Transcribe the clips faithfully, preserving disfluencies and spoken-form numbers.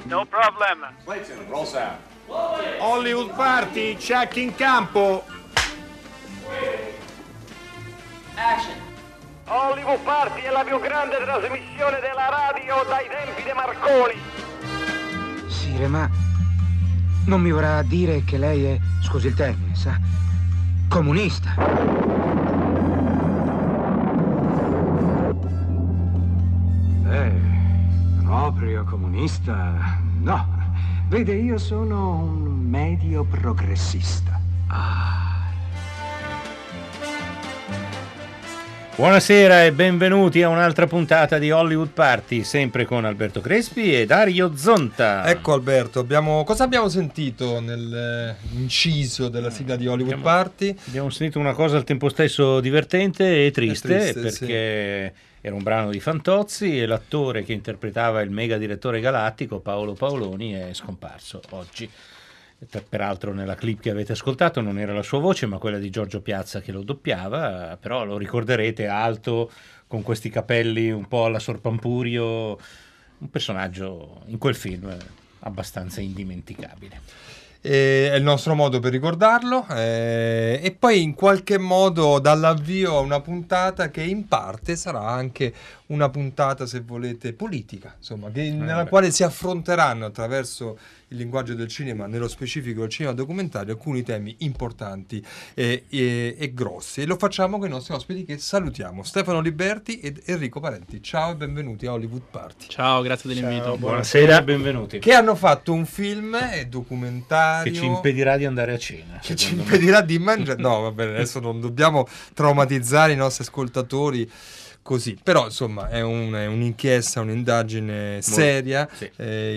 No problem. Clayton, roll sound. Hollywood Party, check in campo. Action. Hollywood Party è la più grande trasmissione della radio dai tempi di Marconi. Sire, ma non mi vorrà dire che lei è, scusi il termine, sa, comunista. Eh, proprio comunista, no. Vede, io sono un medio progressista. Ah. Buonasera e benvenuti a un'altra puntata di Hollywood Party, sempre con Alberto Crespi e Dario Zonta. Ecco Alberto, abbiamo, cosa abbiamo sentito nell'inciso della sigla di Hollywood abbiamo, Party? Abbiamo sentito una cosa al tempo stesso divertente e triste, triste, perché sì. Era un brano di Fantozzi e l'attore che interpretava il mega direttore galattico, Paolo Paoloni, è scomparso oggi. Peraltro nella clip che avete ascoltato non era la sua voce ma quella di Giorgio Piazza che lo doppiava, però lo ricorderete alto con questi capelli un po' alla Sorpampurio, un personaggio in quel film abbastanza indimenticabile. E è il nostro modo per ricordarlo, eh, e poi in qualche modo dall'avvio a una puntata che in parte sarà anche una puntata, se volete, politica, insomma, che, nella beh. quale si affronteranno attraverso il linguaggio del cinema, nello specifico del cinema documentario, alcuni temi importanti e, e, e grossi. E lo facciamo con i nostri ospiti che salutiamo, Stefano Liberti ed Enrico Parenti. Ciao e benvenuti a Hollywood Party. Ciao, grazie dell'invito. Ciao, buonasera e benvenuti. Che hanno fatto un film e documentario che ci impedirà di andare a cena. Che ci impedirà me. di mangiare. No, va bene, adesso non dobbiamo traumatizzare i nostri ascoltatori. Così, però insomma è, un, è un'inchiesta, un'indagine seria, sì.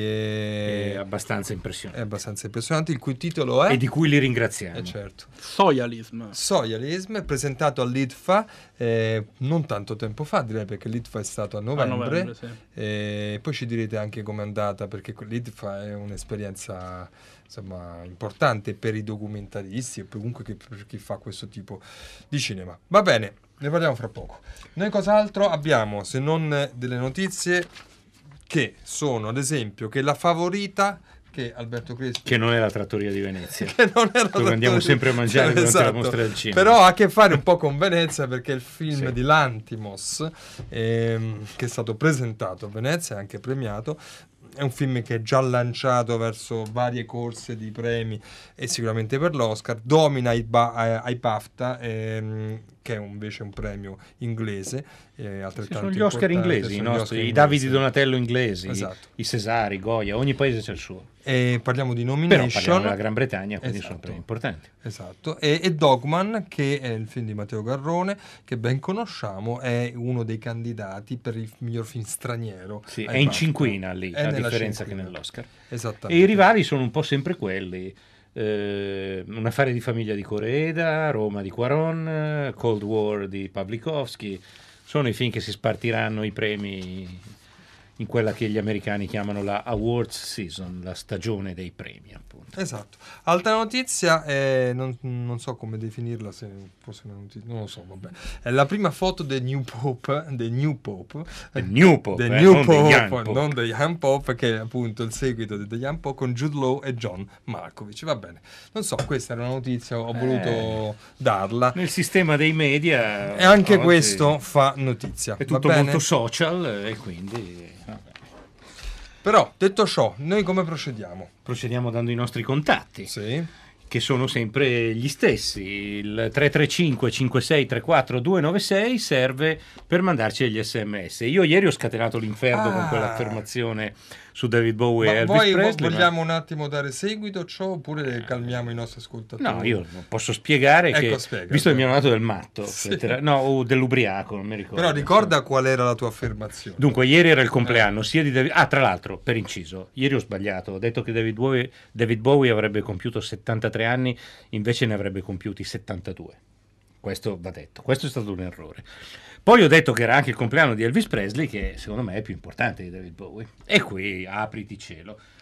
e, è abbastanza impressionante. È abbastanza impressionante, il cui titolo è... E di cui li ringraziamo. Eh, certo. Soyalism. Soyalism, presentato all'I D F A eh, non tanto tempo fa, direi, perché l'I D F A è stato a novembre. A novembre sì. E poi ci direte anche com'è andata, perché l'I D F A è un'esperienza, insomma, importante per i documentaristi e comunque che, per chi fa questo tipo di cinema. Va bene. Ne parliamo fra poco. Noi cos'altro abbiamo se non delle notizie che sono, ad esempio, che la favorita che Alberto Crespi, che non è la trattoria di Venezia, che non è la dove andiamo sempre a mangiare durante esatto. la mostra del cinema, però ha a che fare un po' con Venezia, perché il film sì. di Lanthimos ehm, che è stato presentato a Venezia e anche premiato. È un film che è già lanciato verso varie corse di premi e sicuramente per l'Oscar. Domina ai, ba- ai BAFTA, ehm, che è invece un premio inglese. Eh, altrettanto sì, sono gli Oscar inglesi, i, nostri, Oscar i Davide inglesi. Donatello inglesi, esatto. i Cesari, i Goya, ogni paese c'è il suo. E parliamo di nomination. Però parliamo della Gran Bretagna, quindi esatto. sono premi importanti. Esatto. E, e Dogman, che è il film di Matteo Garrone, che ben conosciamo, è uno dei candidati per il miglior film straniero. Sì, è in BAFTA. Cinquina lì, è a differenza cinquina. Che nell'Oscar. Esattamente. E i rivali sono un po' sempre quelli. Eh, un affare di famiglia di Koreeda, Roma di Cuarón, Cold War di Pawlikowski. Sono i film che si spartiranno i premi in quella che gli americani chiamano la awards season, la stagione dei premi, appunto. Esatto. Altra notizia, è, non, non so come definirla, se fosse una notizia, non lo so, vabbè. È la prima foto del New Pope, del New Pope, del New Pope, del eh, New non Pope, del Young Pope. non del Young Pope, che è appunto il seguito di The Young Pope con Jude Law e John Malkovich. Va bene. Non so, questa era una notizia, ho voluto eh, darla. Nel sistema dei media. E anche questo fa notizia. È tutto molto social e quindi. Però, detto ciò, noi come procediamo? Procediamo dando i nostri contatti, sì. che sono sempre gli stessi. Il tre tre cinque cinque sei tre quattro due nove sei serve per mandarci degli sms. Io ieri ho scatenato l'inferno ah. con quell'affermazione su David Bowie Ma e Elvis voi Presley. Vogliamo ma... un attimo dare seguito a ciò oppure calmiamo i nostri ascoltatori? No, io posso spiegare ecco, che, spiega, visto che mi hanno dato del matto, sì. no, o dell'ubriaco, non mi ricordo. Però ricorda qual era la tua affermazione. Dunque, ieri era il compleanno sia di David... Ah, tra l'altro, per inciso, ieri ho sbagliato, ho detto che David Bowie, David Bowie avrebbe compiuto settantatré anni, invece ne avrebbe compiuti settantadue. Questo va detto, questo è stato un errore. Poi ho detto che era anche il compleanno di Elvis Presley, che secondo me è più importante di David Bowie. E qui apriti cielo.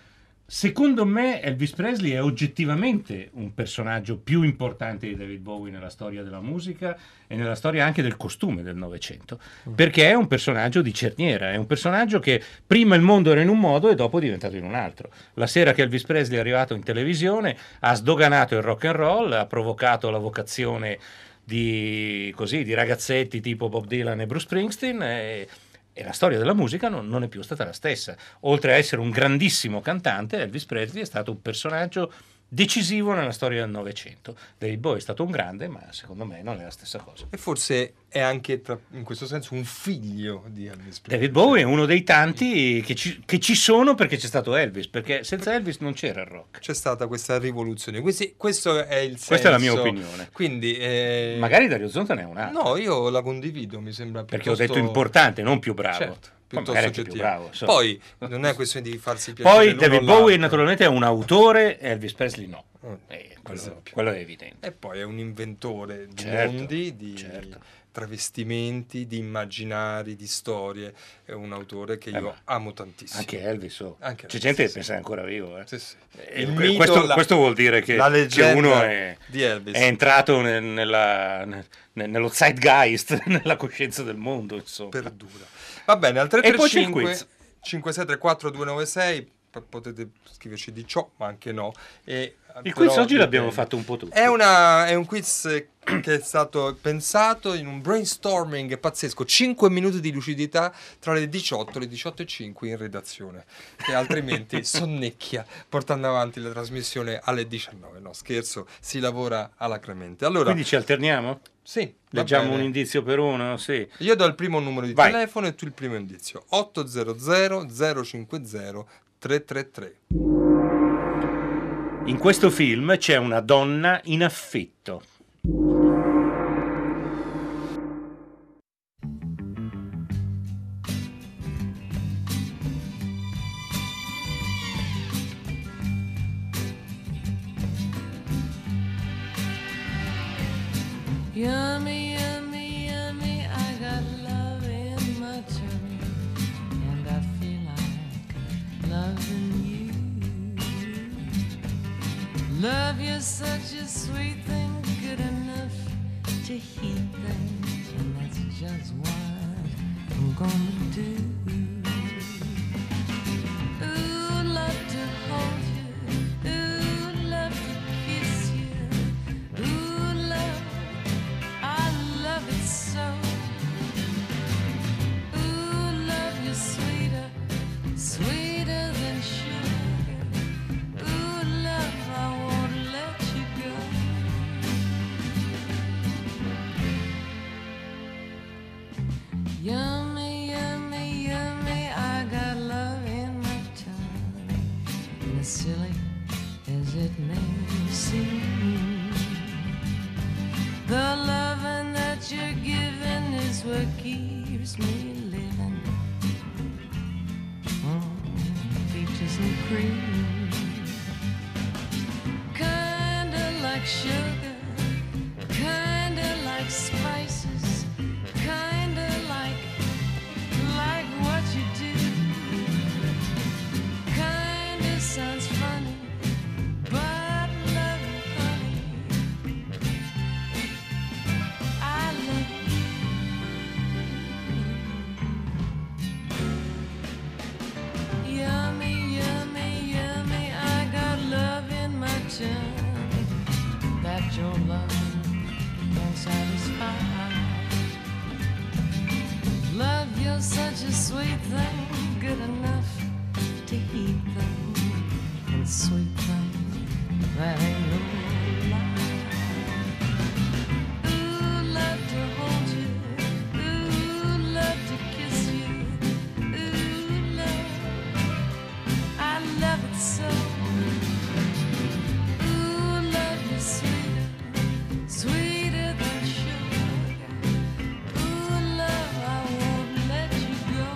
Secondo me Elvis Presley è oggettivamente un personaggio più importante di David Bowie nella storia della musica e nella storia anche del costume del Novecento, perché è un personaggio di cerniera, è un personaggio che prima il mondo era in un modo e dopo è diventato in un altro. La sera che Elvis Presley è arrivato in televisione ha sdoganato il rock and roll, ha provocato la vocazione di, così, di ragazzetti tipo Bob Dylan e Bruce Springsteen e E la storia della musica non, non è più stata la stessa. Oltre a essere un grandissimo cantante, Elvis Presley è stato un personaggio decisivo nella storia del Novecento. David Bowie è stato un grande, ma secondo me non è la stessa cosa. E forse è anche tra, in questo senso un figlio di Elvis Presley. David Bowie è uno dei tanti che ci, che ci sono perché c'è stato Elvis, perché senza Elvis non c'era il rock. C'è stata questa rivoluzione. Questi, questo è il senso. Questa è la mia opinione. Quindi, eh... magari Dario Zonta ne è un altro. No, io la condivido, mi sembra piuttosto... Perché ho detto importante, non più bravo. Certo, Poi piuttosto più oggettivo. bravo, so. Poi non è questione di farsi piacere. Poi l'uno David o l'altro. Bowie naturalmente è un autore, Elvis Presley no. Mm, Eh, per quello, esempio. quello è evidente. E poi è un inventore di Certo, mondi, di certo. travestimenti, di immaginari, di storie. È un autore che Eh, io ma amo tantissimo. Anche Elvis, oh. Anche C'è Elvis, gente che sì, pensa che è ancora vivo. Eh. Sì, sì. Eh, Il que- mito, questo, la- questo vuol dire che, la che leggenda uno è, di Elvis. è entrato nel- nella- ne- nello zeitgeist, nella coscienza del mondo, insomma. Perdura. Va bene, al tre E tre poi c'è il cinque quiz. cinque sei tre quattro due nove sei p- potete scriverci di ciò, ma anche no. E, Il però quiz oggi l'abbiamo dipende. fatto un po' tutti. È, una, è un quiz che è stato pensato in un brainstorming pazzesco, cinque minuti di lucidità tra le diciotto e le diciotto e cinque in redazione, che altrimenti sonnecchia portando avanti la trasmissione alle diciannove. No, scherzo, si lavora alacremente. Allora, Quindi ci alterniamo? sì, va Leggiamo bene. un indizio per uno? Sì. Io do il primo numero di Vai. telefono e tu il primo indizio. otto zero zero zero cinque zero tre tre tre. In questo film c'è una donna in affitto. Yummy, yummy, yummy, I got love in my tummy, and I feel like loving you. Love you such a sweet thing, good enough to heat things, and that's just what I'm gonna do. Ooh, love to hold you, ooh, love to kiss you, ooh, love, I love it so. Ooh, love you sweeter, sweeter than sugar. Ooh, love, I won't let you go. Yummy, yummy, yummy, I got love in my tongue. And as silly as it may seem, the loving that you're giving is what keeps me living. Mm, peaches and cream, kinda like sugar, kinda like spices, kinda like, like what you do. Kinda sounds funny, but love you, honey, I love you. Yummy, yummy, yummy, I got love in my tummy that your love can satisfy. Love, you're such a sweet thing, good enough to heat things, and sweet thing that ain't no lie. Ooh, love to hold you, ooh, love to kiss you, ooh, love, I love it so. Ooh, love you sweeter, sweeter than sugar. Ooh, love, I won't let you go.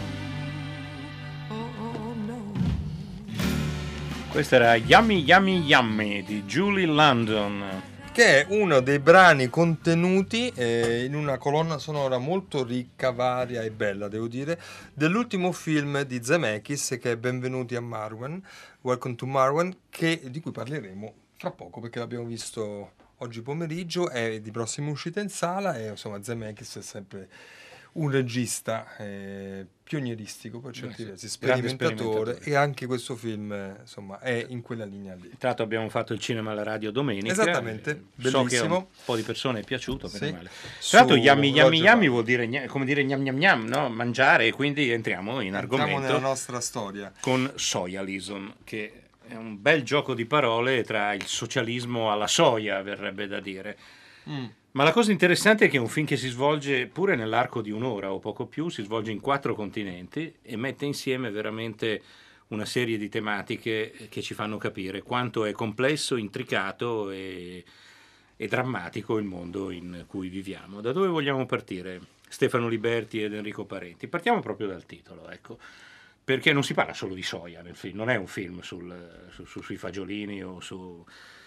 Oh, oh, no. Questa era Yummy Yummy Yummy di Julie London. che è uno dei brani contenuti eh, in una colonna sonora molto ricca, varia e bella, devo dire, dell'ultimo film di Zemeckis, che è Benvenuti a Marwen, Welcome to Marwen, che, di cui parleremo fra poco perché l'abbiamo visto oggi pomeriggio, è di prossima uscita in sala e insomma Zemeckis è sempre un regista eh, pionieristico per certi versi, sperimentatore, e anche questo film eh, insomma è in quella linea lì. Tra l'altro abbiamo fatto il cinema alla radio domenica, esattamente, eh, bellissimo, so che a un po' di persone è piaciuto, sì. meno male. Tra l'altro yammi yammi yammi vuol dire gna- come dire gnam gnam gnam, no? Mangiare, e quindi entriamo in entriamo argomento nella nostra storia con Soyalism, che è un bel gioco di parole tra il socialismo alla soia, verrebbe da dire. Mm. Ma la cosa interessante è che è un film che si svolge pure nell'arco di un'ora o poco più, si svolge in quattro continenti e mette insieme veramente una serie di tematiche che ci fanno capire quanto è complesso, intricato e, e drammatico il mondo in cui viviamo. Da dove vogliamo partire? Stefano Liberti ed Enrico Parenti. Partiamo proprio dal titolo, ecco, perché non si parla solo di soia nel film, non è un film sul, su, su, sui fagiolini o su...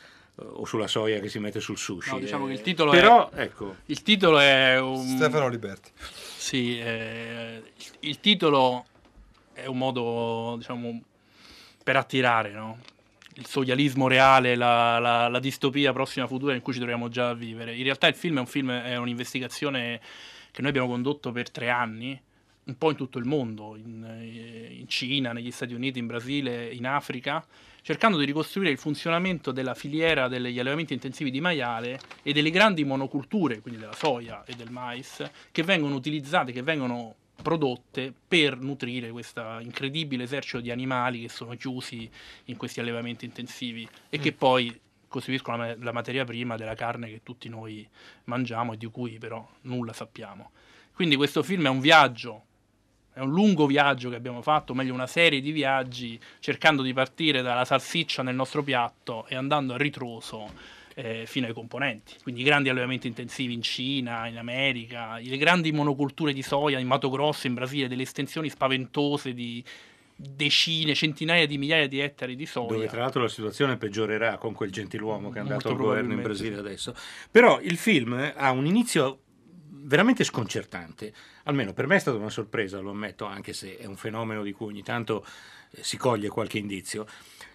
o sulla soia che si mette sul sushi. No, diciamo che il titolo però è ecco, il titolo è un... Stefano Liberti. Sì, eh, il titolo è un modo, diciamo, per attirare, no? Il soialismo reale, la, la, la distopia prossima futura in cui ci troviamo già a vivere. In realtà il film è un film, è un'investigazione che noi abbiamo condotto per tre anni, un po' in tutto il mondo, in, in Cina, negli Stati Uniti, in Brasile, in Africa, cercando di ricostruire il funzionamento della filiera degli allevamenti intensivi di maiale e delle grandi monoculture, quindi della soia e del mais, che vengono utilizzate, che vengono prodotte per nutrire questo incredibile esercito di animali che sono chiusi in questi allevamenti intensivi e mm. che poi costituiscono la, la materia prima della carne che tutti noi mangiamo e di cui però nulla sappiamo. Quindi questo film è un viaggio, è un lungo viaggio che abbiamo fatto, meglio una serie di viaggi, cercando di partire dalla salsiccia nel nostro piatto e andando a ritroso eh, fino ai componenti. Quindi i grandi allevamenti intensivi in Cina, in America, le grandi monoculture di soia in Mato Grosso, in Brasile, delle estensioni spaventose di decine, centinaia di migliaia di ettari di soia. Dove tra l'altro la situazione peggiorerà con quel gentiluomo che è andato al governo in Brasile adesso. Però il film ha un inizio veramente sconcertante, almeno per me è stata una sorpresa, lo ammetto, anche se è un fenomeno di cui ogni tanto eh, si coglie qualche indizio.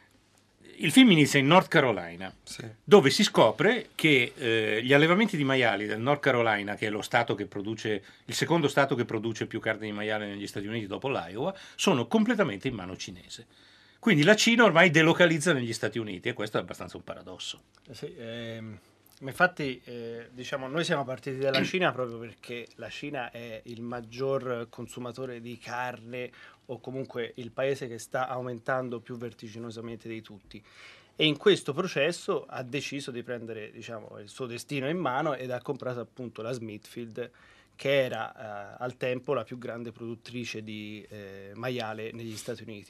Il film inizia in North Carolina, sì, dove si scopre che eh, gli allevamenti di maiali del North Carolina, che è lo stato che produce, il secondo stato che produce più carne di maiale negli Stati Uniti dopo l'Iowa, sono completamente in mano cinese. Quindi la Cina ormai delocalizza negli Stati Uniti, e questo è abbastanza un paradosso. Sì, ehm... Infatti, eh, diciamo, noi siamo partiti dalla Cina proprio perché la Cina è il maggior consumatore di carne, o comunque il paese che sta aumentando più vertiginosamente di tutti. E in questo processo ha deciso di prendere, diciamo, il suo destino in mano ed ha comprato appunto la Smithfield, che era eh, al tempo la più grande produttrice di eh, maiale negli Stati Uniti.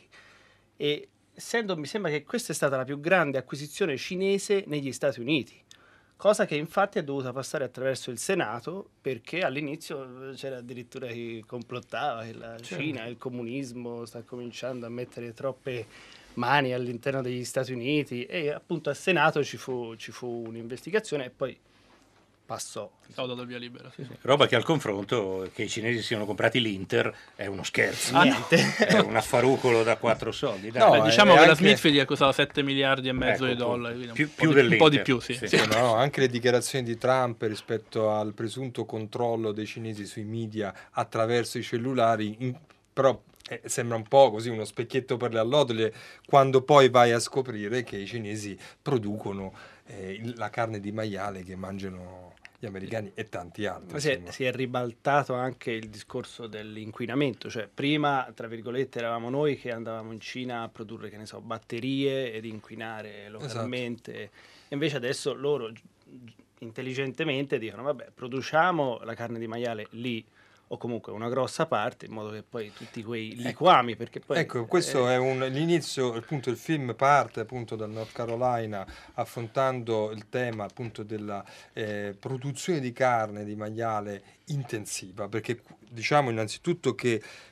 E essendo, mi sembra che questa è stata la più grande acquisizione cinese negli Stati Uniti. Cosa che infatti è dovuta passare attraverso il Senato, perché all'inizio c'era addirittura chi complottava che la certo. Cina, il comunismo sta cominciando a mettere troppe mani all'interno degli Stati Uniti, e appunto al Senato ci fu, ci fu un'investigazione e poi passò. Ho dato il via libera. Sì, sì. Roba che al confronto, che i cinesi siano comprati l'Inter, è uno scherzo. Ah, niente. È un affarucolo da quattro soldi. No, Beh, diciamo che anche... la Smithfield costava sette miliardi e mezzo ecco, di dollari. Più, un, più po di, un po' di più, sì. sì. sì no, anche le dichiarazioni di Trump rispetto al presunto controllo dei cinesi sui media attraverso i cellulari, in, però eh, sembra un po' così uno specchietto per le allodole, quando poi vai a scoprire che i cinesi producono eh, la carne di maiale che mangiano gli americani e tanti altri. Si è, si è ribaltato anche il discorso dell'inquinamento, cioè prima, tra virgolette, eravamo noi che andavamo in Cina a produrre, che ne so, batterie ed inquinare localmente, esatto. E invece adesso loro intelligentemente dicono vabbè, produciamo la carne di maiale lì, o comunque una grossa parte, in modo che poi tutti quei liquami, perché poi... Ecco, questo eh, è un, l'inizio, appunto il film parte appunto dal North Carolina affrontando il tema appunto della eh, produzione di carne di maiale intensiva, perché diciamo innanzitutto che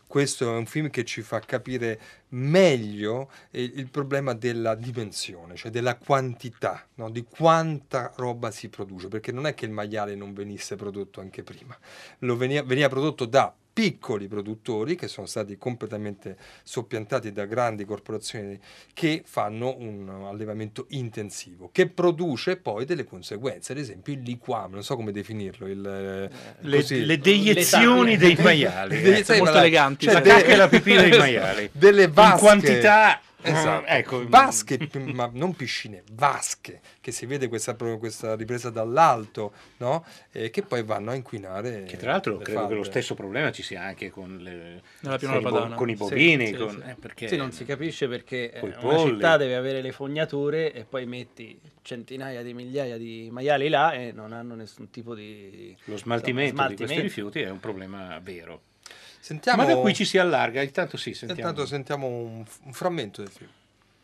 questo è un film che ci fa capire meglio il, il problema della dimensione, cioè della quantità, no? Di quanta roba si produce, perché non è che il maiale non venisse prodotto anche prima, lo veniva, veniva prodotto da piccoli produttori che sono stati completamente soppiantati da grandi corporazioni che fanno un allevamento intensivo che produce poi delle conseguenze, ad esempio il liquame, non so come definirlo, il, le, così, le deiezioni dei maiali, eh. Sono molto eleganti, cioè la cacca e la pipì dei maiali, delle vasche, in quantità. Esatto. Ecco. Vasche, ma non piscine, vasche, che si vede questa, questa ripresa dall'alto, no? E che poi vanno a inquinare. Che tra l'altro credo falde. che lo stesso problema ci sia anche con, le, Nella con, i, bo- con i bovini. Sì, con, sì, sì. Eh, perché sì, non si capisce perché coi una polli. città deve avere le fognature e poi metti centinaia di migliaia di maiali là e non hanno nessun tipo di... Lo smaltimento, insomma, di questi rifiuti è un problema vero. Sentiamo... Ma da qui ci si allarga, intanto sì, sentiamo. Intanto sentiamo un, un frammento del film.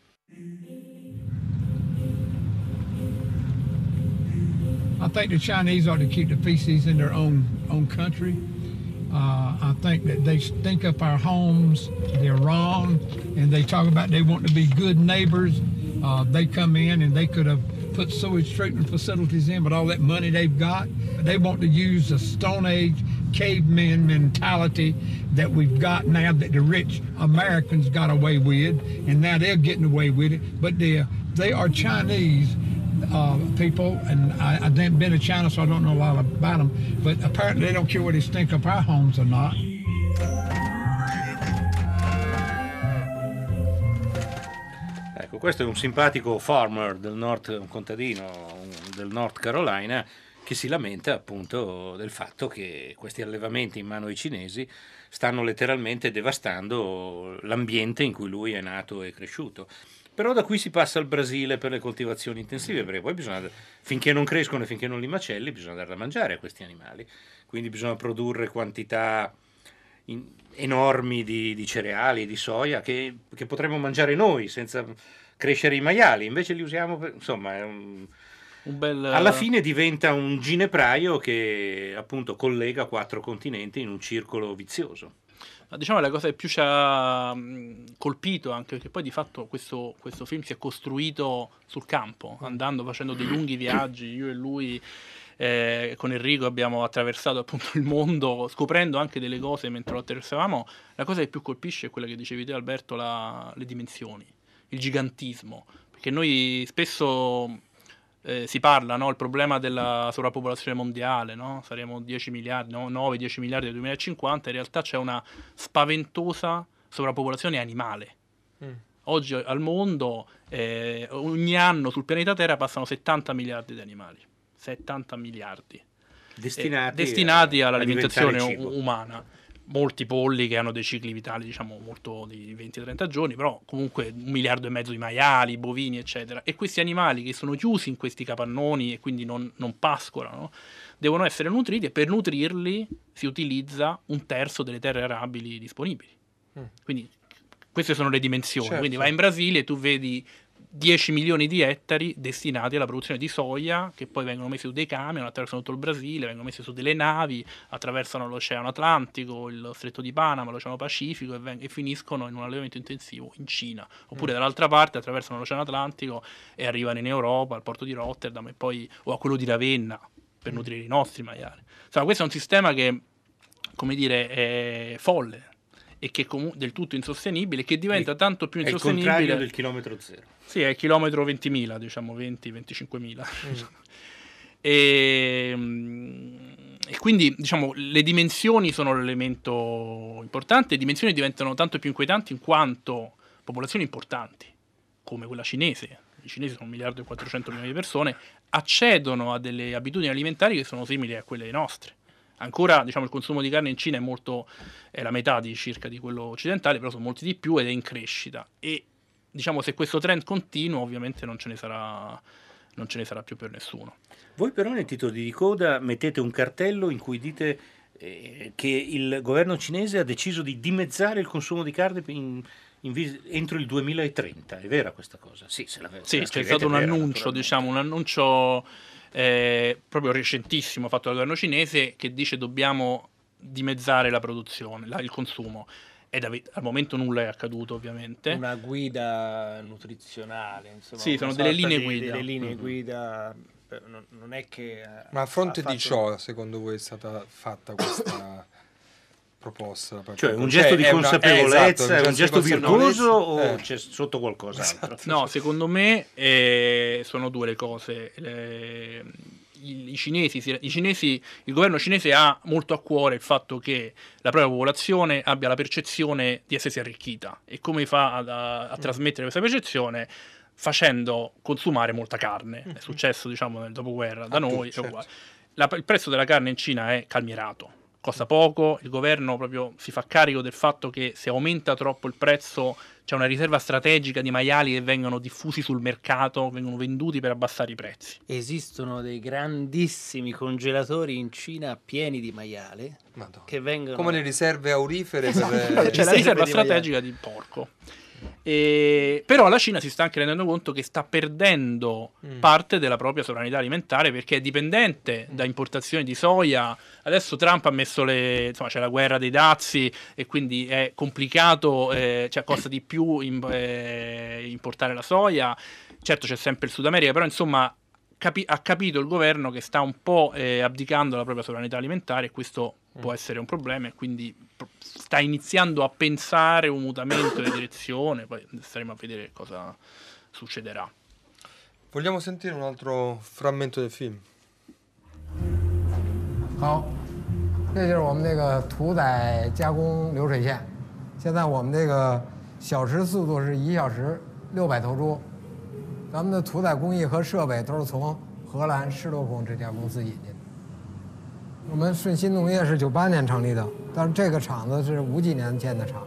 I think the Chinese ought to keep the feces in their own own country. Uh, I think that they stink up our homes. They're wrong, and they talk about they want to be good neighbors. Uh, they come in and they could have put sewage treatment facilities in, but all that money they've got, they want to use the Stone Age caveman mentality that we've got now that the rich Americans got away with, and now they're getting away with it. But they they are Chinese uh, people, and I, I've been to China, so I don't know a lot about them. But apparently they don't care whether they stink up our homes or not. Ecco, questo è un simpatico farmer del nord, un contadino del North Carolina, che si lamenta appunto del fatto che questi allevamenti in mano ai cinesi stanno letteralmente devastando l'ambiente in cui lui è nato e cresciuto. Però da qui si passa al Brasile per le coltivazioni intensive, perché poi bisogna, finché non crescono e finché non li macelli, bisogna dare da mangiare a questi animali. Quindi bisogna produrre quantità in, enormi di, di cereali, di soia, che, che potremmo mangiare noi senza crescere i maiali. Invece li usiamo per, insomma, è un... Un bel... alla fine diventa un ginepraio che appunto collega quattro continenti in un circolo vizioso. Ma diciamo la cosa che più ci ha colpito, anche perché poi di fatto questo, questo film si è costruito sul campo, andando, facendo dei lunghi viaggi, io e lui eh, con Enrico abbiamo attraversato appunto il mondo, scoprendo anche delle cose mentre lo attraversavamo. La cosa che più colpisce è quella che dicevi te, Alberto, la, le dimensioni, il gigantismo, perché noi spesso... Eh, si parla, no? Il problema della sovrappopolazione mondiale, no? Saremo dieci miliardi, no? nove dieci miliardi nel duemilacinquanta, in realtà c'è una spaventosa sovrappopolazione animale. Mm. Oggi al mondo, eh, ogni anno sul pianeta Terra passano settanta miliardi di animali, settanta miliardi. Destinati, eh, destinati a, all'alimentazione a cibo. umana. Molti polli che hanno dei cicli vitali, diciamo, molto di venti trenta giorni, però comunque un miliardo e mezzo di maiali, bovini, eccetera. E questi animali che sono chiusi in questi capannoni e quindi non, non pascolano, devono essere nutriti, e per nutrirli si utilizza un terzo delle terre arabili disponibili. Mm. Quindi queste sono le dimensioni. Certo. Quindi vai in Brasile e tu vedi dieci milioni di ettari destinati alla produzione di soia, che poi vengono messi su dei camion, attraversano tutto il Brasile, vengono messi su delle navi, attraversano l'Oceano Atlantico, il Stretto di Panama, l'Oceano Pacifico, e, ven- e finiscono in un allevamento intensivo in Cina. Oppure mm. dall'altra parte attraversano l'Oceano Atlantico e arrivano in Europa, al porto di Rotterdam, e poi, o a quello di Ravenna, per mm. nutrire i nostri maiali. Insomma, questo è un sistema che, come dire, è folle, e che è comu- del tutto insostenibile, che diventa tanto più insostenibile. È il contrario del chilometro zero. Sì, è il chilometro ventimila, diciamo venti venticinquemila. Mm. e, e quindi, diciamo, le dimensioni sono l'elemento importante. Le dimensioni diventano tanto più inquietanti in quanto popolazioni importanti, come quella cinese, i cinesi sono un miliardo e quattrocento milioni di persone, accedono a delle abitudini alimentari che sono simili a quelle nostre. Ancora, diciamo, il consumo di carne in Cina è molto, è la metà di circa di quello occidentale, però sono molti di più ed è in crescita. E diciamo, se questo trend continua, ovviamente non ce ne sarà, non ce ne sarà più per nessuno. Voi però nel titolo di coda mettete un cartello in cui dite eh, che il governo cinese ha deciso di dimezzare il consumo di carne in, in vis- entro il duemilatrenta. È vera questa cosa? Sì, se la, se sì la c'è stato un vera, annuncio, diciamo, un annuncio eh, proprio recentissimo fatto dal governo cinese, che dice dobbiamo dimezzare la produzione, la, il consumo. ed ave- al momento nulla è accaduto ovviamente. Una guida nutrizionale, insomma. Sì, sono una delle sorta linee di- guida. Delle linee Mhm. guida, eh, non, non è che... eh, Ma a fronte ha di fatto- ciò, secondo voi è stata fatta questa proposta? da parte Cioè del- un gesto di è una- consapevolezza, eh, esatto, è un gesto di virtuoso consapevolezza. o Eh. c'è sotto qualcos'altro? No, secondo me eh, sono due le cose. Le- i, i cinesi, si- i cinesi, il governo cinese ha molto a cuore il fatto che la propria popolazione abbia la percezione di essersi arricchita. E come fa ad- a, a trasmettere questa percezione? Facendo consumare molta carne. È successo, diciamo, nel dopoguerra da Ah, noi. certo. è uguale. La- il prezzo della carne in Cina è calmierato. Costa poco, il governo proprio si fa carico del fatto che se aumenta troppo il prezzo c'è una riserva strategica di maiali che vengono diffusi sul mercato, vengono venduti per abbassare i prezzi. Esistono dei grandissimi congelatori in Cina pieni di maiale Madonna. che vengono... Come le riserve aurifere per... C'è la riserve riserva di strategica di porco. E- però la Cina si sta anche rendendo conto che sta perdendo Mm. parte della propria sovranità alimentare perché è dipendente da importazioni di soia. Adesso Trump ha messo le, insomma, c'è la guerra dei dazi e quindi è complicato, eh, cioè costa di più im- eh, importare la soia. Certo c'è sempre il Sud America, però insomma capi- ha capito il governo che sta un po' eh, abdicando alla propria sovranità alimentare e questo può essere un problema e quindi pro- sta iniziando a pensare un mutamento di direzione, poi staremo a vedere cosa succederà. Vogliamo sentire un altro frammento del film? 好，这就是我们这个屠宰加工流水线。现在我们这个小时速度是一小时六百头猪，咱们的屠宰工艺和设备都是从荷兰施洛孔这家公司引进的。我们顺鑫农业是九八年成立的，但是这个厂子是五几年建的厂。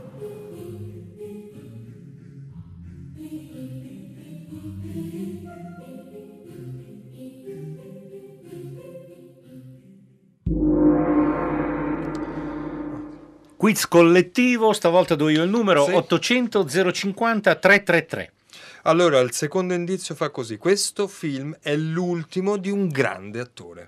Quiz collettivo, stavolta do io il numero Sì. ottocento zero cinquanta trecentotrentatré. Allora, il secondo indizio fa così. Questo film è l'ultimo di un grande attore.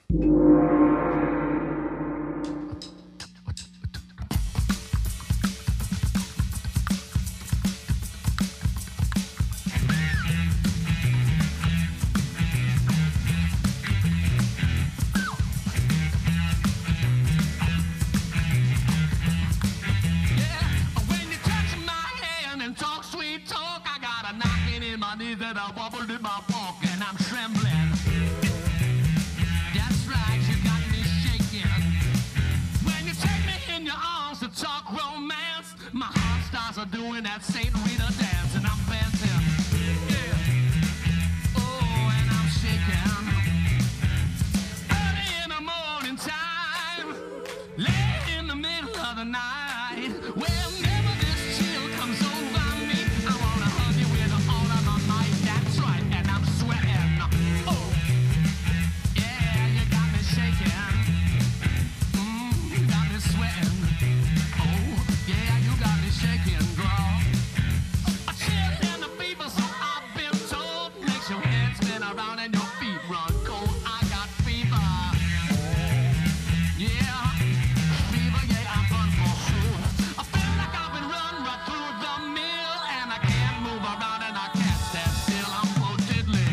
When you touch my hand and talk sweet talk, I got a knocking in my knees and a wobble in my walk, and I'm trembling. That's right, you got me shaking. When you take me in your arms to talk romance, my heart starts a doing that Saint Rita dance, and I'm dancing. Yeah. Oh, and I'm shaking. Early in the morning time, late in the middle of the night, whenever this chill comes over me, I wanna hug you with all of my might. That's right, and I'm sweating. Oh, yeah, you got me shaking. Mm, you got me sweating. Oh, yeah, you got me shaking, girl. A chill and a fever, so I've been told, makes your head spin around and your feet run cold. I got fever. Yeah, fever, yeah, I'm fun for sure. I feel like I've been run right through the mill, and I can't move around and I can't stand still. I'm so diddly.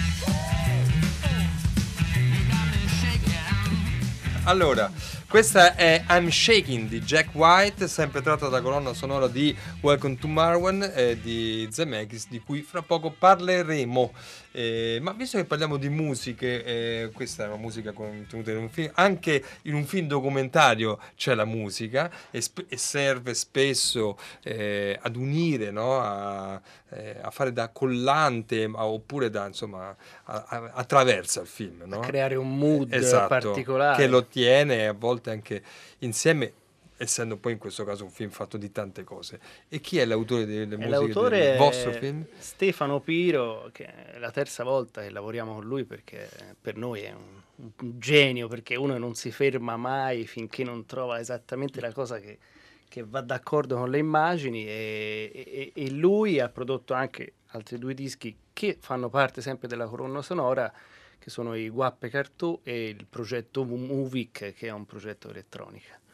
You got me shaking. Allora, questa è I'm Shaking di Jack White, sempre tratta dalla colonna sonora di Welcome to Marwan eh, di Zemeckis, di cui fra poco parleremo. Eh, ma visto che parliamo di musiche, eh, questa è una musica contenuta in un film, anche in un film documentario c'è la musica e, sp- e serve spesso eh, ad unire, no? a, eh, a fare da collante ma, oppure da insomma a- a- attraversa il film, no? A creare un mood Esatto, particolare. che lo tiene a volte anche insieme, essendo poi in questo caso un film fatto di tante cose. E chi è l'autore delle E musiche l'autore del è vostro film? Stefano Piro, che è la terza volta che lavoriamo con lui, perché per noi è un, un genio, perché uno non si ferma mai finché non trova esattamente la cosa che, che va d'accordo con le immagini, e, e- e lui ha prodotto anche altri due dischi che fanno parte sempre della colonna sonora, che sono i Guappe Cartù e il progetto Movic, che è un progetto elettronica.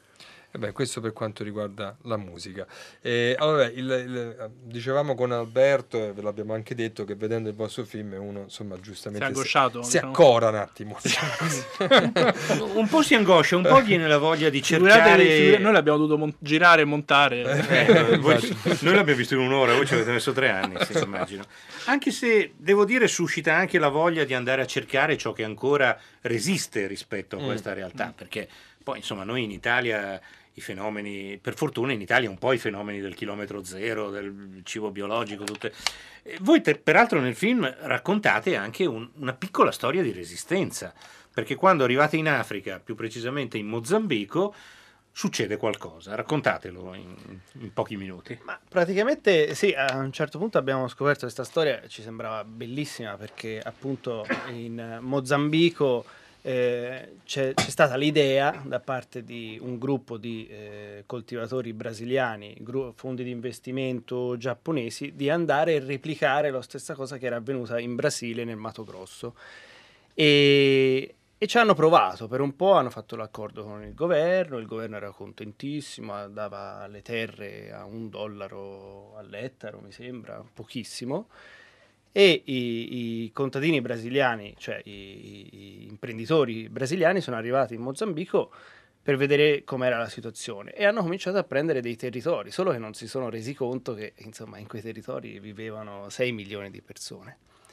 E beh, questo per quanto riguarda la musica. E, allora, il, il, dicevamo con Alberto, e ve l'abbiamo anche detto, che vedendo il vostro film uno, insomma, giustamente Si è angosciato, si, diciamo. si accora un attimo. Diciamo così. Un po' si angoscia, un po' viene la voglia di Figurate- cercare... figurate- noi l'abbiamo dovuto mon- girare e montare. Eh, voi- noi l'abbiamo visto in un'ora, voi ci avete messo tre anni, sì, immagino. Anche se, devo dire, suscita anche la voglia di andare a cercare ciò che ancora resiste rispetto a questa Mm. realtà, perché poi, insomma, noi in Italia... i fenomeni, per fortuna in Italia un po' i fenomeni del chilometro zero, del cibo biologico, tutte. E voi te, peraltro nel film raccontate anche un- una piccola storia di resistenza, perché quando arrivate in Africa, più precisamente in Mozambico, succede qualcosa. Raccontatelo in, in pochi minuti. Ma praticamente sì, a un certo punto abbiamo scoperto questa storia, ci sembrava bellissima perché appunto in Mozambico eh, c'è, c'è stata l'idea da parte di un gruppo di eh, coltivatori brasiliani, gru- fondi di investimento giapponesi, di andare a replicare la stessa cosa che era avvenuta in Brasile nel Mato Grosso. E, e ci hanno provato per un po', hanno fatto l'accordo con il governo, il governo era contentissimo, dava le terre a un dollaro all'ettaro, mi sembra, pochissimo. E i, i contadini brasiliani, cioè i, i imprenditori brasiliani, sono arrivati in Mozambico per vedere com'era la situazione e hanno cominciato a prendere dei territori, solo che non si sono resi conto che insomma in quei territori vivevano sei milioni di persone.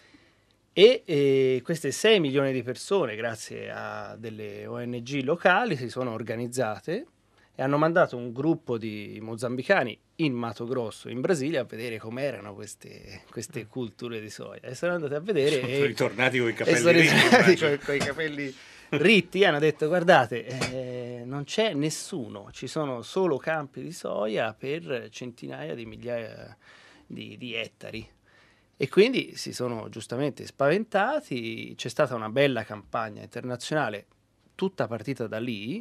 E eh, queste sei milioni di persone, grazie a delle O N G locali, si sono organizzate e hanno mandato un gruppo di mozambicani in Mato Grosso, in Brasile, a vedere com'erano queste, queste culture di soia. E sono andati a vedere Sono e, ritornati con i e capelli sono ritti, ritornati immagino. con i capelli ritti e hanno detto: guardate, eh, non c'è nessuno, ci sono solo campi di soia per centinaia di migliaia di, di ettari. E quindi si sono giustamente spaventati, c'è stata una bella campagna internazionale, tutta partita da lì,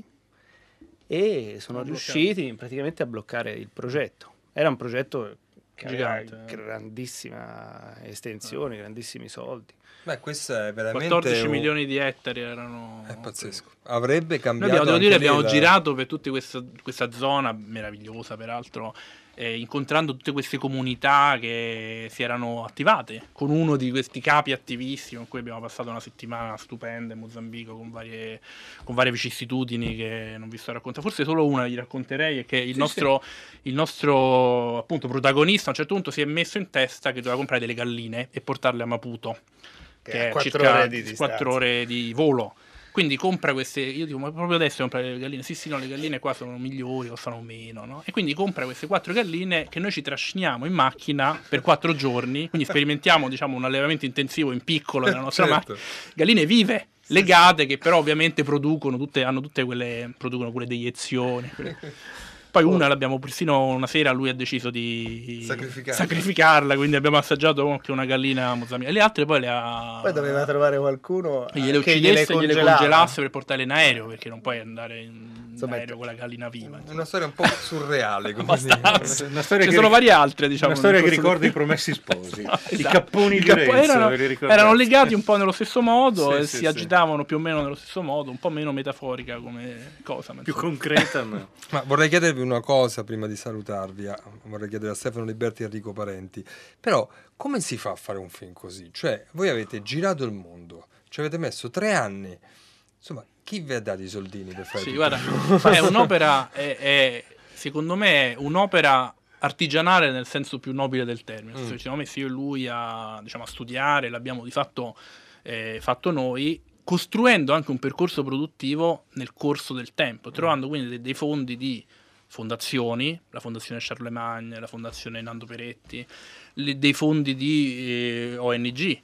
e sono Hanno riusciti praticamente a bloccare il progetto. Era un progetto che Gigante, aveva eh. grandissima estensione, grandissimi soldi. Beh, questo è veramente quattordici un- milioni di ettari erano. È pazzesco. Avrebbe Noi cambiato. abbiamo, devo anche dire, lì abbiamo la- girato per tutta questa, questa zona meravigliosa, peraltro, eh, incontrando tutte queste comunità che si erano attivate, con uno di questi capi attivisti con cui abbiamo passato una settimana stupenda in Mozambico, con varie, con varie vicissitudini che non vi sto a raccontare. Forse solo una gli racconterei, è che il, Sì, nostro, il nostro appunto protagonista a un certo punto si è messo in testa che doveva comprare delle galline e portarle a Maputo, Che che è è quattro circa ore di distanza. quattro ore di volo. Quindi compra queste, io dico, ma proprio adesso comprare le galline? Sì, sì, no, le galline qua sono migliori, costano meno, no? E quindi compra queste quattro galline che noi ci trasciniamo in macchina per quattro giorni, quindi sperimentiamo, diciamo, un allevamento intensivo in piccolo nella nostra Certo. macchina. Galline vive, legate, che però ovviamente producono tutte, hanno tutte quelle, producono quelle deiezioni. quelle- Poi una l'abbiamo persino una sera lui ha deciso di Sacrificarla. sacrificarla, quindi abbiamo assaggiato anche una gallina mozambicana. E le altre poi le ha Poi doveva trovare qualcuno e gliele che uccidesse e gliele congelava. congelasse per portarle in aereo, perché non puoi andare in Insomma, aereo con la gallina viva. insomma. Una storia un po' surreale. come Abbastanza. dire. Una storia Ce che sono ric- varie altre, diciamo. Una storia nel che corso ricorda del- i promessi sposi. No, I esatto. capponi I di cappo- Renzo, erano, ve li ricordate? erano legati un po' nello stesso modo Sì, e sì, si sì. agitavano più o meno nello stesso modo, un po' meno metaforica come cosa. ma Più insomma. concreta, ma... Ma vorrei chiedervi una cosa prima di salutarvi. a- Vorrei chiedere a Stefano Liberti e Enrico Parenti. Però, come si fa a fare un film così? Cioè, voi avete girato il mondo, ci avete messo tre anni. Insomma, chi vi ha dato i soldini per fare Sì, tutto guarda, ciò? è un'opera, è, è- secondo me è un'opera artigianale nel senso più nobile del termine. Nel senso Mm. che ci siamo messi io e lui a, diciamo, a studiare, l'abbiamo di fatto eh, fatto noi, costruendo anche un percorso produttivo nel corso del tempo, trovando quindi dei, dei fondi di fondazioni, la fondazione Charlemagne, la fondazione Nando Peretti, le- dei fondi di eh, O N G,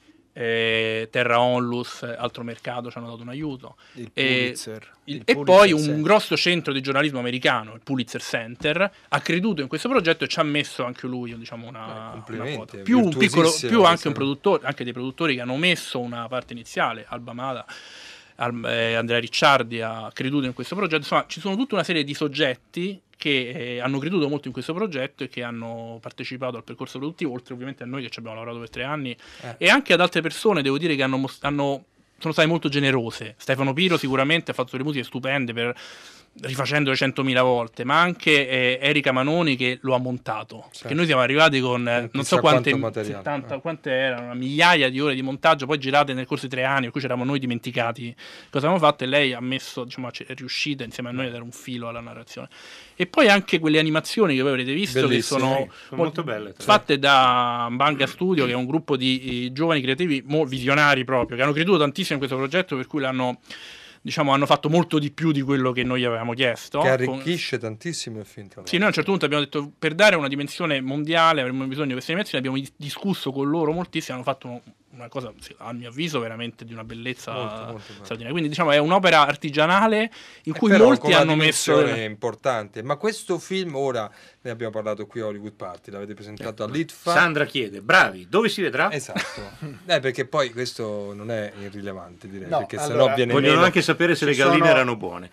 eh, Terra Onlus, Altro Mercato ci hanno dato un aiuto. Il E- Pulitzer. il- il e Pulitzer poi un Center. grosso centro di giornalismo americano, il Pulitzer Center, ha creduto in questo progetto e ci ha messo anche lui, diciamo, una, Eh, una complimenti, quota. è Più un piccolo, virtuosissima più anche questa un cosa. produttore, anche dei produttori che hanno messo una parte iniziale, Alba Mada, Al- eh, Andrea Ricciardi ha creduto in questo progetto. Insomma, ci sono tutta una serie di soggetti che eh, hanno creduto molto in questo progetto e che hanno partecipato al percorso produttivo, oltre ovviamente a noi che ci abbiamo lavorato per tre anni, Eh. e anche ad altre persone, devo dire, che hanno, mos- hanno- sono state molto generose. Stefano Piro sicuramente ha fatto delle musiche stupende per rifacendolo centomila volte, ma anche eh, Erika Manoni che lo ha montato, Certo. perché noi siamo arrivati con eh, non chissà so quante, quanto materiale. settanta, Eh. quante erano, una migliaia di ore di montaggio, poi girate nel corso di tre anni, per cui c'eravamo noi dimenticati cosa avevamo fatto, e lei ha messo, diciamo, è riuscita insieme a noi a dare un filo alla narrazione. E poi anche quelle animazioni che voi avrete visto, Bellissime, che sono, sì, sono molto belle, sì. fatte da Banga Studio, che è un gruppo di eh, giovani creativi mo- visionari proprio, che hanno creduto tantissimo in questo progetto, per cui l'hanno, diciamo, hanno fatto molto di più di quello che noi avevamo chiesto. Che Con- arricchisce tantissimo il film. tra Sì, noi a un certo punto abbiamo detto, per dare una dimensione mondiale avremmo bisogno di queste animazioni, abbiamo dis- discusso con loro moltissimo, hanno fatto uno- una cosa, sì, a mio avviso, veramente di una bellezza Molto, molto bello. straordinaria. Quindi, diciamo, è un'opera artigianale in Eh, cui però, con molti una hanno messo... dimensione importante. Ma questo film, ora ne abbiamo parlato qui a Hollywood Party, l'avete presentato all'I T F A. Sandra chiede, bravi, dove si vedrà? Esatto. eh, perché poi questo non è irrilevante, direi, No, perché allora, sennò viene Vogliono meno. anche sapere se Ci le galline sono- erano buone.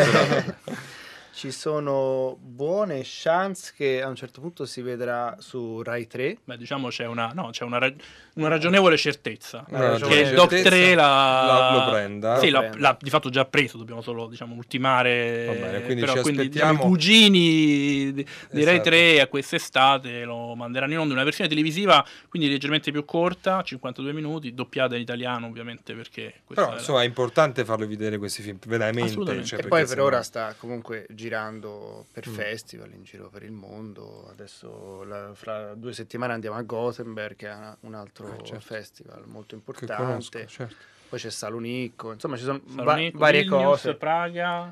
Ci sono buone chance che a un certo punto si vedrà su Rai tre. Beh, diciamo c'è una, no, c'è una, rag- una ragionevole certezza, Una ragionevole che il Doc certezza tre la, la- lo prenda. sì, Lo l'ha, prenda. l'ha di fatto già preso, dobbiamo solo, diciamo, ultimare. Va bene, quindi però, ci quindi, aspettiamo- diciamo, i cugini di, di Rai Esatto. tre a quest'estate lo manderanno in onda, una versione televisiva quindi leggermente più corta, cinquantadue minuti, doppiata in italiano ovviamente, perché questa Però era- insomma è importante farlo vedere questi film, veramente. Assolutamente. cioè, E perché poi per sennò- ora sta comunque girando per Mm. festival in giro per il mondo. Adesso la- fra due settimane andiamo a Gothenburg, che è un altro Eh, certo. festival molto che importante. conosco, certo. Poi c'è Salonicco, insomma ci sono va- Salonicco, varie Vilnius, cose. Praga,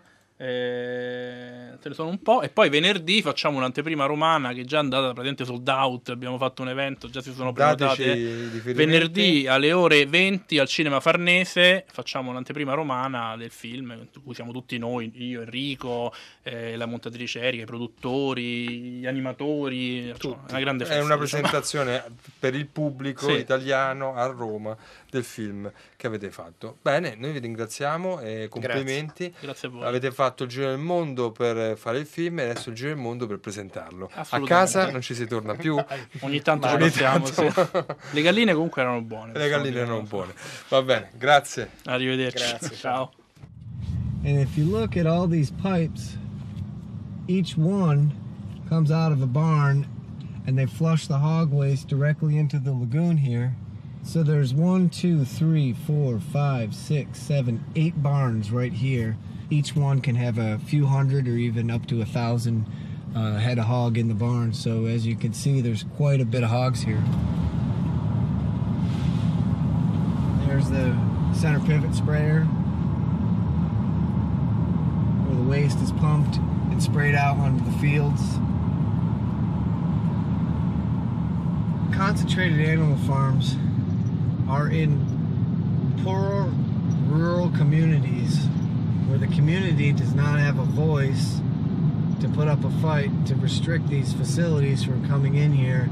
eh, ce ne sono un po'. E poi venerdì facciamo un'anteprima romana che è già andata praticamente sold out. Abbiamo fatto un evento, già si sono Dateci prenotate. i riferimenti. Venerdì alle ore venti al Cinema Farnese facciamo un'anteprima romana del film, in cui siamo tutti noi, io, Enrico, eh, la montatrice Erika, i produttori, gli animatori. Insomma, è una grande festa. È una diciamo. presentazione per il pubblico Sì. italiano a Roma del film che avete fatto. Bene, noi vi ringraziamo e complimenti. Grazie a voi. Avete fatto il giro del mondo per fare il film e adesso il giro del mondo per presentarlo. A Assolutamente. casa non ci si torna più. Ogni tanto ci Ogni passiamo, tanto. sì. Le galline comunque erano buone. Le galline erano buone. Va bene, grazie. Arrivederci. Grazie, Ciao. And if you look at all these pipes, each one comes out of a barn and they flush the hog waste directly into the lagoon here. So there's one, two, three, four, five, six, seven, eight barns right here. Each one can have a few hundred or even up to a thousand uh, head of hog in the barn. So as you can see, there's quite a bit of hogs here. There's the center pivot sprayer, where the waste is pumped and sprayed out onto the fields. Concentrated animal farms are in poor rural communities where the community does not have a voice to put up a fight to restrict these facilities from coming in here.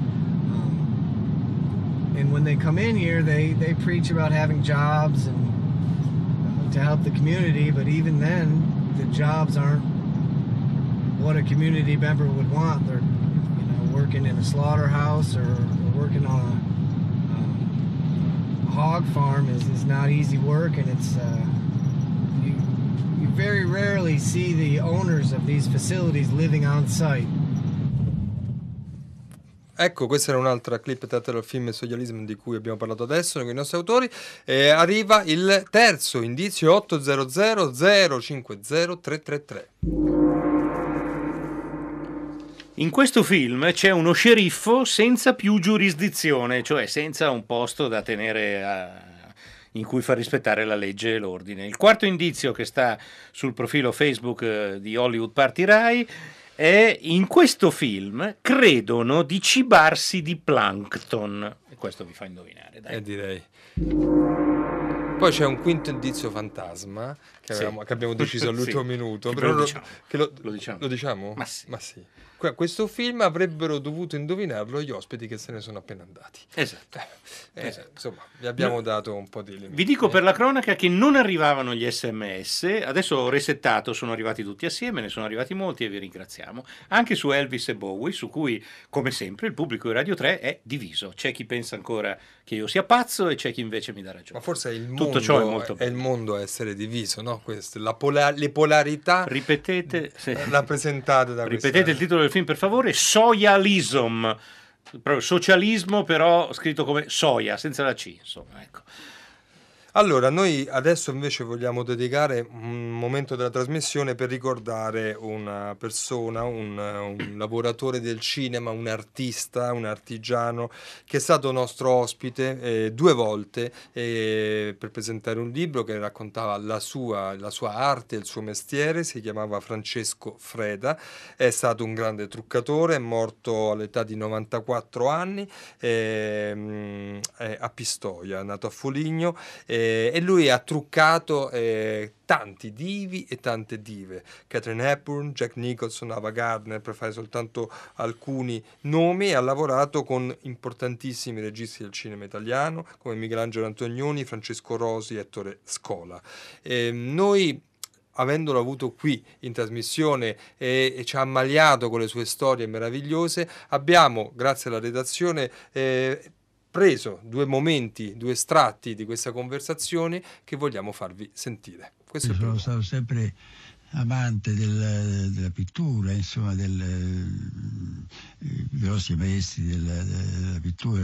Um, and when they come in here, they, they preach about having jobs and uh, to help the community, but even then, the jobs aren't what a community member would want. They're, you know, working in a slaughterhouse or, or working on a, um, a hog farm is, is not easy work, and it's uh, you, you very rarely see the owners of these facilities living on site. Ecco, questa era un'altra clip tratta dal film Socialism di cui abbiamo parlato adesso con i nostri autori. E arriva il terzo indizio otto zero zero zero cinque zero tre tre tre. In questo film c'è uno sceriffo senza più giurisdizione, cioè senza un posto da tenere a, in cui far rispettare la legge e l'ordine. Il quarto indizio che sta sul profilo Facebook eh, di Hollywood Party Rai è: in questo film credono di cibarsi di plankton. E questo vi fa indovinare, dai. Eh, direi. Poi c'è un quinto indizio fantasma che, Sì. avevamo- che abbiamo deciso all'ultimo Sì. minuto. Che però lo diciamo. che lo, Lo diciamo. lo diciamo? Ma sì. Ma sì. Que- Questo film avrebbero dovuto indovinarlo gli ospiti che se ne sono appena andati. Esatto. Eh, Esatto. Insomma, vi abbiamo No. dato un po' di limiti. Vi dico per la cronaca che non arrivavano gli sms, adesso ho resettato, sono arrivati tutti assieme, ne sono arrivati molti e vi ringraziamo. Anche su Elvis e Bowie, su cui, come sempre, il pubblico di Radio tre è diviso. C'è chi pensa ancora che io sia pazzo e c'è chi invece mi dà ragione. Ma forse è il Tutto tutto ciò è molto è il mondo a essere diviso, no? Questo, la pola- le polarità ripetete sì. rappresentate da ripetete questa... il titolo del film per favore. Socialism, proprio socialismo però scritto come soia senza la C, insomma, ecco. Allora, noi adesso invece vogliamo dedicare un momento della trasmissione per ricordare una persona, un, un lavoratore del cinema, un artista, un artigiano che è stato nostro ospite eh, due volte eh, per presentare un libro che raccontava la sua, la sua arte, il suo mestiere. Si chiamava Francesco Freda, è stato un grande truccatore, è morto all'età di novantaquattro anni eh, eh, a Pistoia, nato a Foligno. Eh, e lui ha truccato eh, tanti divi e tante dive, Katharine Hepburn, Jack Nicholson, Ava Gardner, per fare soltanto alcuni nomi. Ha lavorato con importantissimi registi del cinema italiano come Michelangelo Antonioni, Francesco Rosi, Ettore Scola. Eh, noi avendolo avuto qui in trasmissione e, e ci ha ammaliato con le sue storie meravigliose, abbiamo, grazie alla redazione, eh, preso due momenti, due estratti di questa conversazione che vogliamo farvi sentire. Questo Io sono stato sempre amante del, della pittura, insomma, del, i grossi maestri della, della pittura.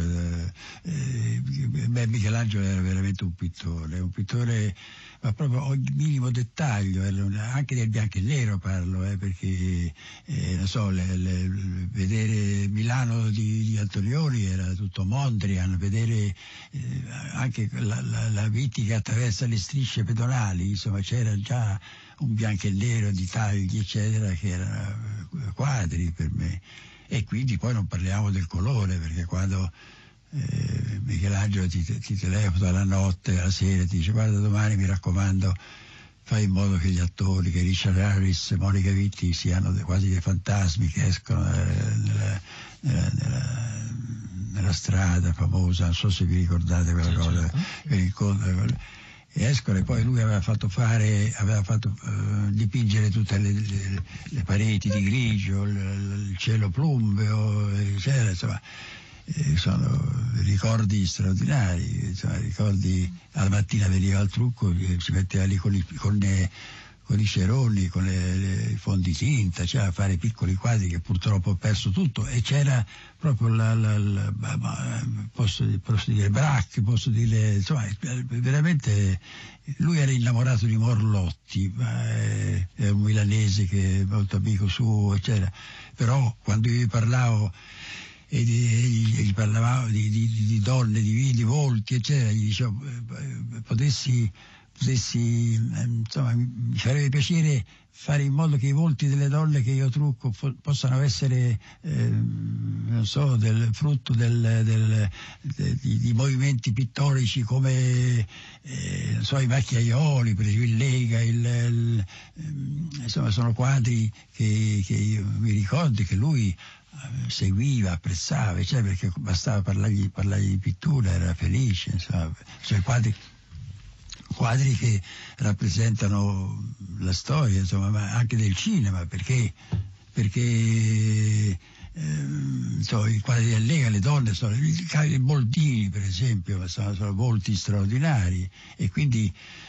Eh, beh, Michelangelo era veramente un pittore, un pittore, ma proprio ogni minimo dettaglio, anche del bianco e nero parlo, eh, perché eh, non so, le, le, vedere Milano di, di Antonioni era tutto Mondrian, vedere eh, anche la, la, la viti che attraversa le strisce pedonali, insomma c'era già un bianco e nero di tagli eccetera che erano quadri per me. E quindi poi non parliamo del colore, perché quando eh, Michelangelo ti, ti telefona la notte, la sera, ti dice guarda domani mi raccomando fai in modo che gli attori, che Richard Harris e Monica Vitti siano quasi dei fantasmi che escono nella, nella, nella, nella strada famosa, non so se vi ricordate quella sì, cosa, certo. E escono, e poi lui aveva fatto fare, aveva fatto uh, dipingere tutte le, le, le pareti di grigio, il, il cielo plumbeo, eccetera, insomma, eh, sono ricordi straordinari, insomma, ricordi. Alla mattina veniva al trucco, si metteva lì con i, con le, con i ceroni, con le, le, i fonditinta, cioè a fare piccoli quadri che purtroppo ho perso tutto, e c'era proprio la, la, la, la posso, posso dire Braque, posso dire, insomma, veramente lui era innamorato di Morlotti, ma è, è un milanese che è molto amico suo, eccetera. Però quando io gli parlavo e gli parlavamo di, di, di donne, di, di volti, eccetera, gli dicevo potessi potessi, insomma, mi farebbe piacere fare in modo che i volti delle donne che io trucco fo- possano essere, eh, non so, del frutto del, del, de, di, di movimenti pittorici come, eh, non so, i macchiaioli, per esempio il Lega, il, il, insomma, sono quadri che, che io mi ricordo che lui seguiva, apprezzava, cioè, perché bastava parlargli, parlargli di pittura, era felice, insomma, cioè quadri quadri che rappresentano la storia, insomma, ma anche del cinema, perché perché eh, insomma, i quadri del Lega, le donne sono i Boldini per esempio, sono, sono volti straordinari, e quindi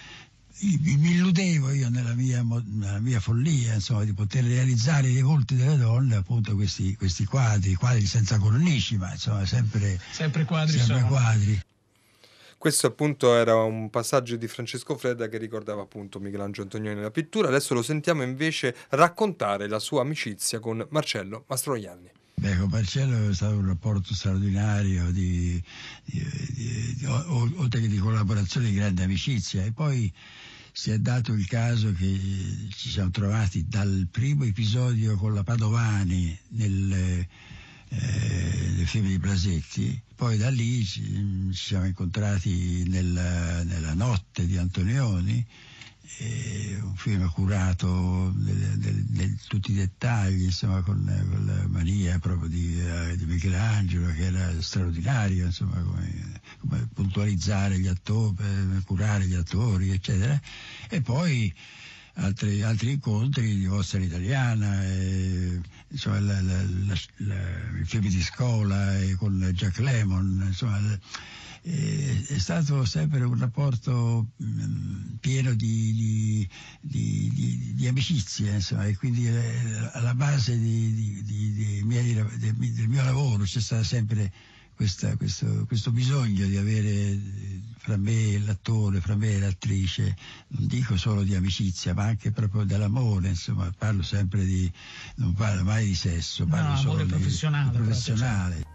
mi illudevo io nella mia, nella mia follia, insomma, di poter realizzare i volti delle donne, appunto questi, questi quadri, quadri senza cornici, ma insomma sempre, sempre quadri. Sempre sono. quadri. Questo appunto era un passaggio di Francesco Freda che ricordava appunto Michelangelo Antonioni nella pittura. Adesso lo sentiamo invece raccontare la sua amicizia con Marcello Mastroianni. Beh, con Marcello è stato un rapporto straordinario di, di, di, di, oltre che di collaborazione, di grande amicizia, e poi si è dato il caso che ci siamo trovati dal primo episodio con la Padovani nel Eh, del film di Blasetti, poi da lì ci, ci siamo incontrati nella, nella notte di Antonioni, eh, un film curato di tutti i dettagli, insomma, con, con la mania proprio di, uh, di Michelangelo, che era straordinario, insomma, come, come puntualizzare gli attori, curare gli attori, eccetera. E poi altri, altri incontri di Vostra Italiana, e, insomma, la, la, la, la, i film di scuola e con Jack Lemmon, insomma, è, è stato sempre un rapporto mh, pieno di, di, di, di, di amicizia, insomma, e quindi eh, alla base di, di, di, di miei, del, del mio lavoro c'è stato sempre questa, questo, questo bisogno di avere fra me e l'attore, fra me e l'attrice, non dico solo di amicizia, ma anche proprio dell'amore, insomma, parlo sempre di, non parlo mai di sesso, parlo no, solo di professionale. di professionale.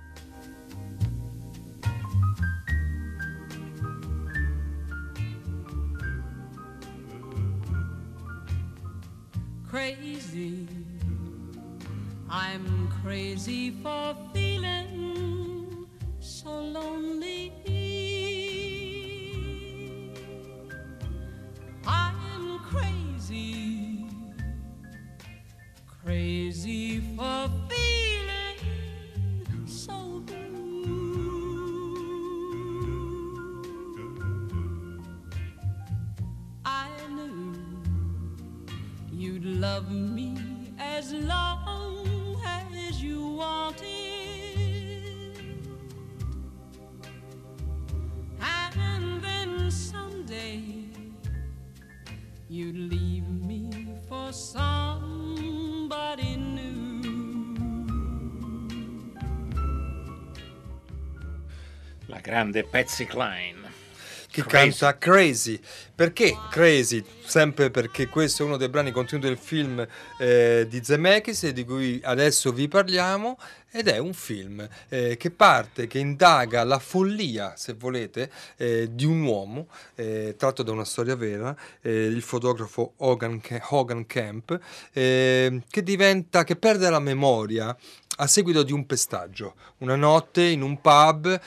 Crazy, I'm crazy for feeling so lonely. I'm crazy, crazy for feeling so blue. I knew you'd love me as long as you wanted, and then someday you'd leave me for somebody new. La grande Patsy Cline. Che Crazy. canta Crazy. Perché Crazy? Sempre perché questo è uno dei brani contenuti del film eh, di Zemeckis, di cui adesso vi parliamo, ed è un film eh, che parte, che indaga la follia, se volete, eh, di un uomo, eh, tratto da una storia vera, eh, il fotografo Hogan, Hogan Camp, eh, che diventa, che perde la memoria a seguito di un pestaggio. Una notte in un pub,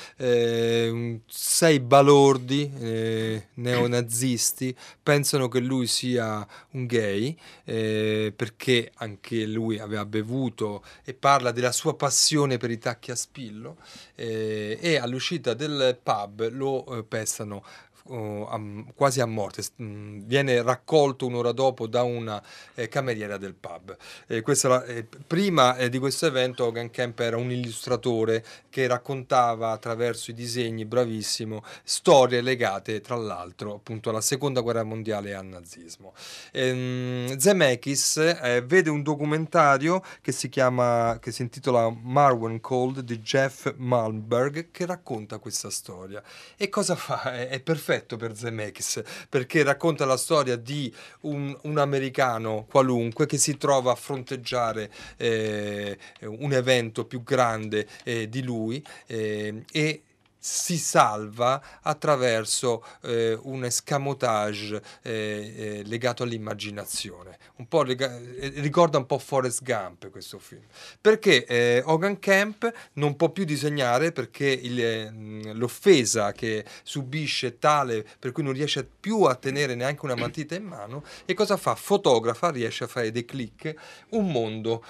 eh, sei balordi eh, neonazisti pensano che lui sia un gay, eh, perché anche lui aveva bevuto, e parla della sua passione per i tacchi a spillo, eh, e all'uscita del pub lo eh, pestano Uh, a, quasi a morte. Mm, viene raccolto un'ora dopo da una eh, cameriera del pub. Eh, questa la, eh, prima eh, di questo evento Hogan Camp era un illustratore che raccontava attraverso i disegni, bravissimo, storie legate tra l'altro appunto alla seconda guerra mondiale e al nazismo. ehm, Zemeckis eh, vede un documentario che si chiama, che si intitola Marwan Cold di Jeff Malmberg, che racconta questa storia. E cosa fa? È, è perfetto per Zemeckis, perché racconta la storia di un, un americano qualunque che si trova a fronteggiare eh, un evento più grande eh, di lui eh, e si salva attraverso eh, un escamotage eh, eh, legato all'immaginazione. Un po' lega- eh, ricorda un po' Forrest Gump questo film, perché eh, Hogan Camp non può più disegnare perché il, eh, l'offesa che subisce è tale per cui non riesce più a tenere neanche una matita in mano, e cosa fa? Fotografa, riesce a fare dei click, un mondo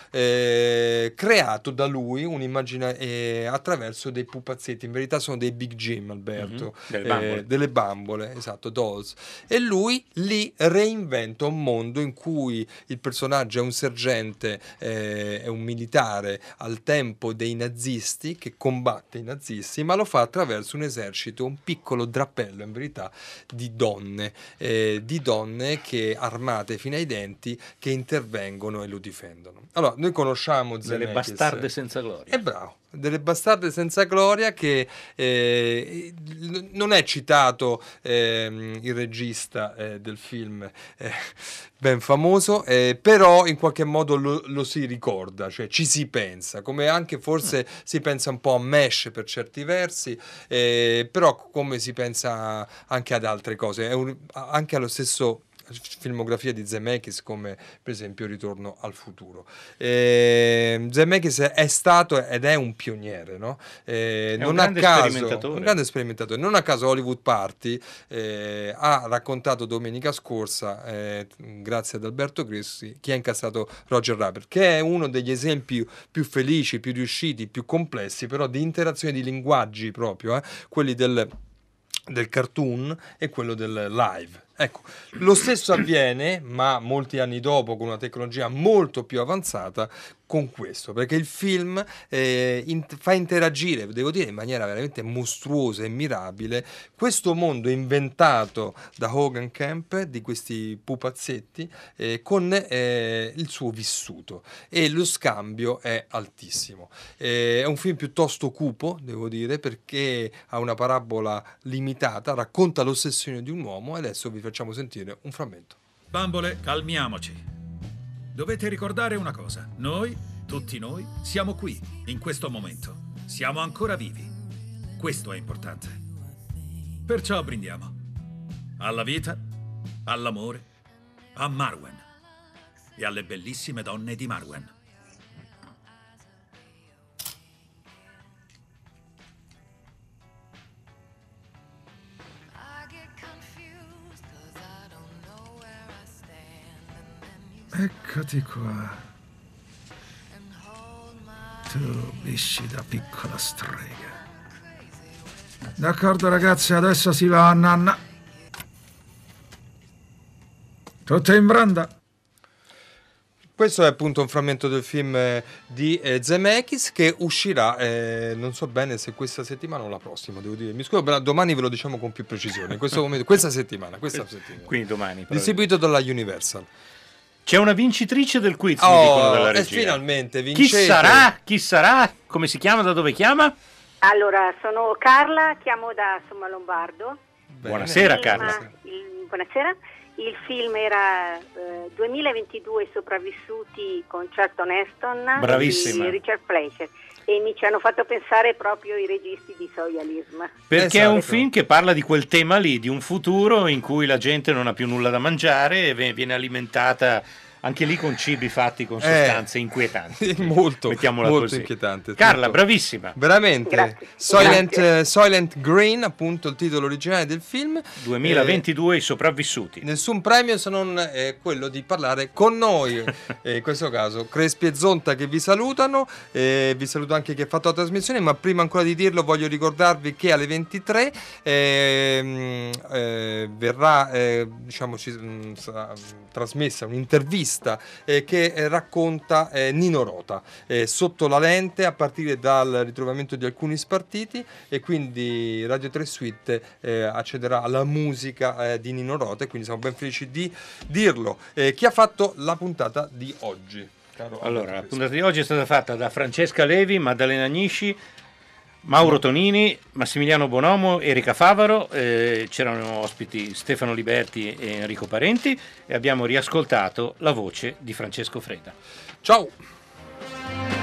eh, creato da lui, un'immagine eh, attraverso dei pupazzetti, in verità sono dei Big Jim, Alberto, mm-hmm. delle, bambole. Eh, delle bambole, esatto, dolls, e lui lì reinventa un mondo in cui il personaggio è un sergente, eh, è un militare al tempo dei nazisti che combatte i nazisti, ma lo fa attraverso un esercito, un piccolo drappello in verità di donne, eh, di donne che armate fino ai denti, che intervengono e lo difendono. Allora, noi conosciamo Zemeckis, delle bastarde senza gloria. È bravo. Delle bastarde senza gloria, che eh, non è citato eh, il regista eh, del film eh, ben famoso, eh, però in qualche modo lo, lo si ricorda, cioè ci si pensa, come anche forse mm. si pensa un po' a Mesh per certi versi, eh, però come si pensa anche ad altre cose, è un, anche allo stesso filmografia di Zemeckis, come per esempio Ritorno al futuro. Eh, Zemeckis è stato ed è un pioniere, no? Eh, è non un a grande caso, sperimentatore. un grande sperimentatore. Non a caso Hollywood Party eh, ha raccontato domenica scorsa, eh, grazie ad Alberto Crissi, chi ha incassato Roger Rabbit, che è uno degli esempi più felici, più riusciti, più complessi, però di interazione di linguaggi proprio, eh, quelli del del cartoon e quello del live. Ecco, lo stesso avviene, ma molti anni dopo, con una tecnologia molto più avanzata, con questo, perché il film eh, in- fa interagire, devo dire, in maniera veramente mostruosa e mirabile, questo mondo inventato da Hogan Camp, di questi pupazzetti, eh, con eh, il suo vissuto, e lo scambio è altissimo. Eh, è un film piuttosto cupo, devo dire, perché ha una parabola limitata, racconta l'ossessione di un uomo, e adesso vi facciamo sentire un frammento. Bambole, calmiamoci. Dovete ricordare una cosa. Noi, tutti noi, siamo qui, in questo momento. Siamo ancora vivi. Questo è importante. Perciò brindiamo. Alla vita, all'amore, a Marwen e alle bellissime donne di Marwen. Eccoti qua. Tu, viscida piccola strega. D'accordo ragazzi, adesso si va a nanna. Tutte in branda. Questo è appunto un frammento del film eh, di eh, Zemeckis, che uscirà, eh, non so bene se questa settimana o la prossima, devo dire. Mi scuso, però domani ve lo diciamo con più precisione. In questo momento, questa settimana, questa settimana. Quindi domani. Distribuito dalla Universal. C'è una vincitrice del quiz, mi Oh, dicono dalla e regia. finalmente Chi vincete. sarà? Chi sarà? Come si chiama? Da dove chiama? Allora, sono Carla, chiamo da Sommalombardo. Buonasera, Il film- Carla. il- buonasera. Il film era eh, duemilaventidue sopravvissuti con Charlton Heston Bravissima. e Richard Fleischer, e mi ci hanno fatto pensare proprio i registi di Soyalism. Perché è un Esatto. film che parla di quel tema lì, di un futuro in cui la gente non ha più nulla da mangiare e ve- viene alimentata anche lì con cibi fatti con sostanze inquietanti. molto, Mettiamola molto così. inquietante. Carla, tutto. bravissima. Veramente. Grazie. Soylent, Grazie. eh, Soylent Green, appunto il titolo originale del film. duemilaventidue i sopravvissuti. Eh, nessun premio se non eh, quello di parlare con noi. Eh, in questo caso Crespi e Zonta che vi salutano, eh, vi saluto anche chi ha fatto la trasmissione, ma prima ancora di dirlo voglio ricordarvi che alle ventitré ehm, eh, verrà eh, diciamo ci, mh, sarà, mh, trasmessa un'intervista eh, che eh, racconta eh, Nino Rota eh, sotto la lente, a partire dal ritrovamento di alcuni spartiti, e quindi Radio tre Suite eh, accederà alla musica eh, di Nino Rota, e quindi siamo ben felici di dirlo. Eh, chi ha fatto la puntata di oggi? Caro Allora, la puntata di oggi è stata fatta da Francesca Levi, Maddalena Agnisci, Mauro Tonini, Massimiliano Bonomo, Erika Favaro, eh, c'erano ospiti Stefano Liberti e Enrico Parenti, e abbiamo riascoltato la voce di Francesco Freda. Ciao!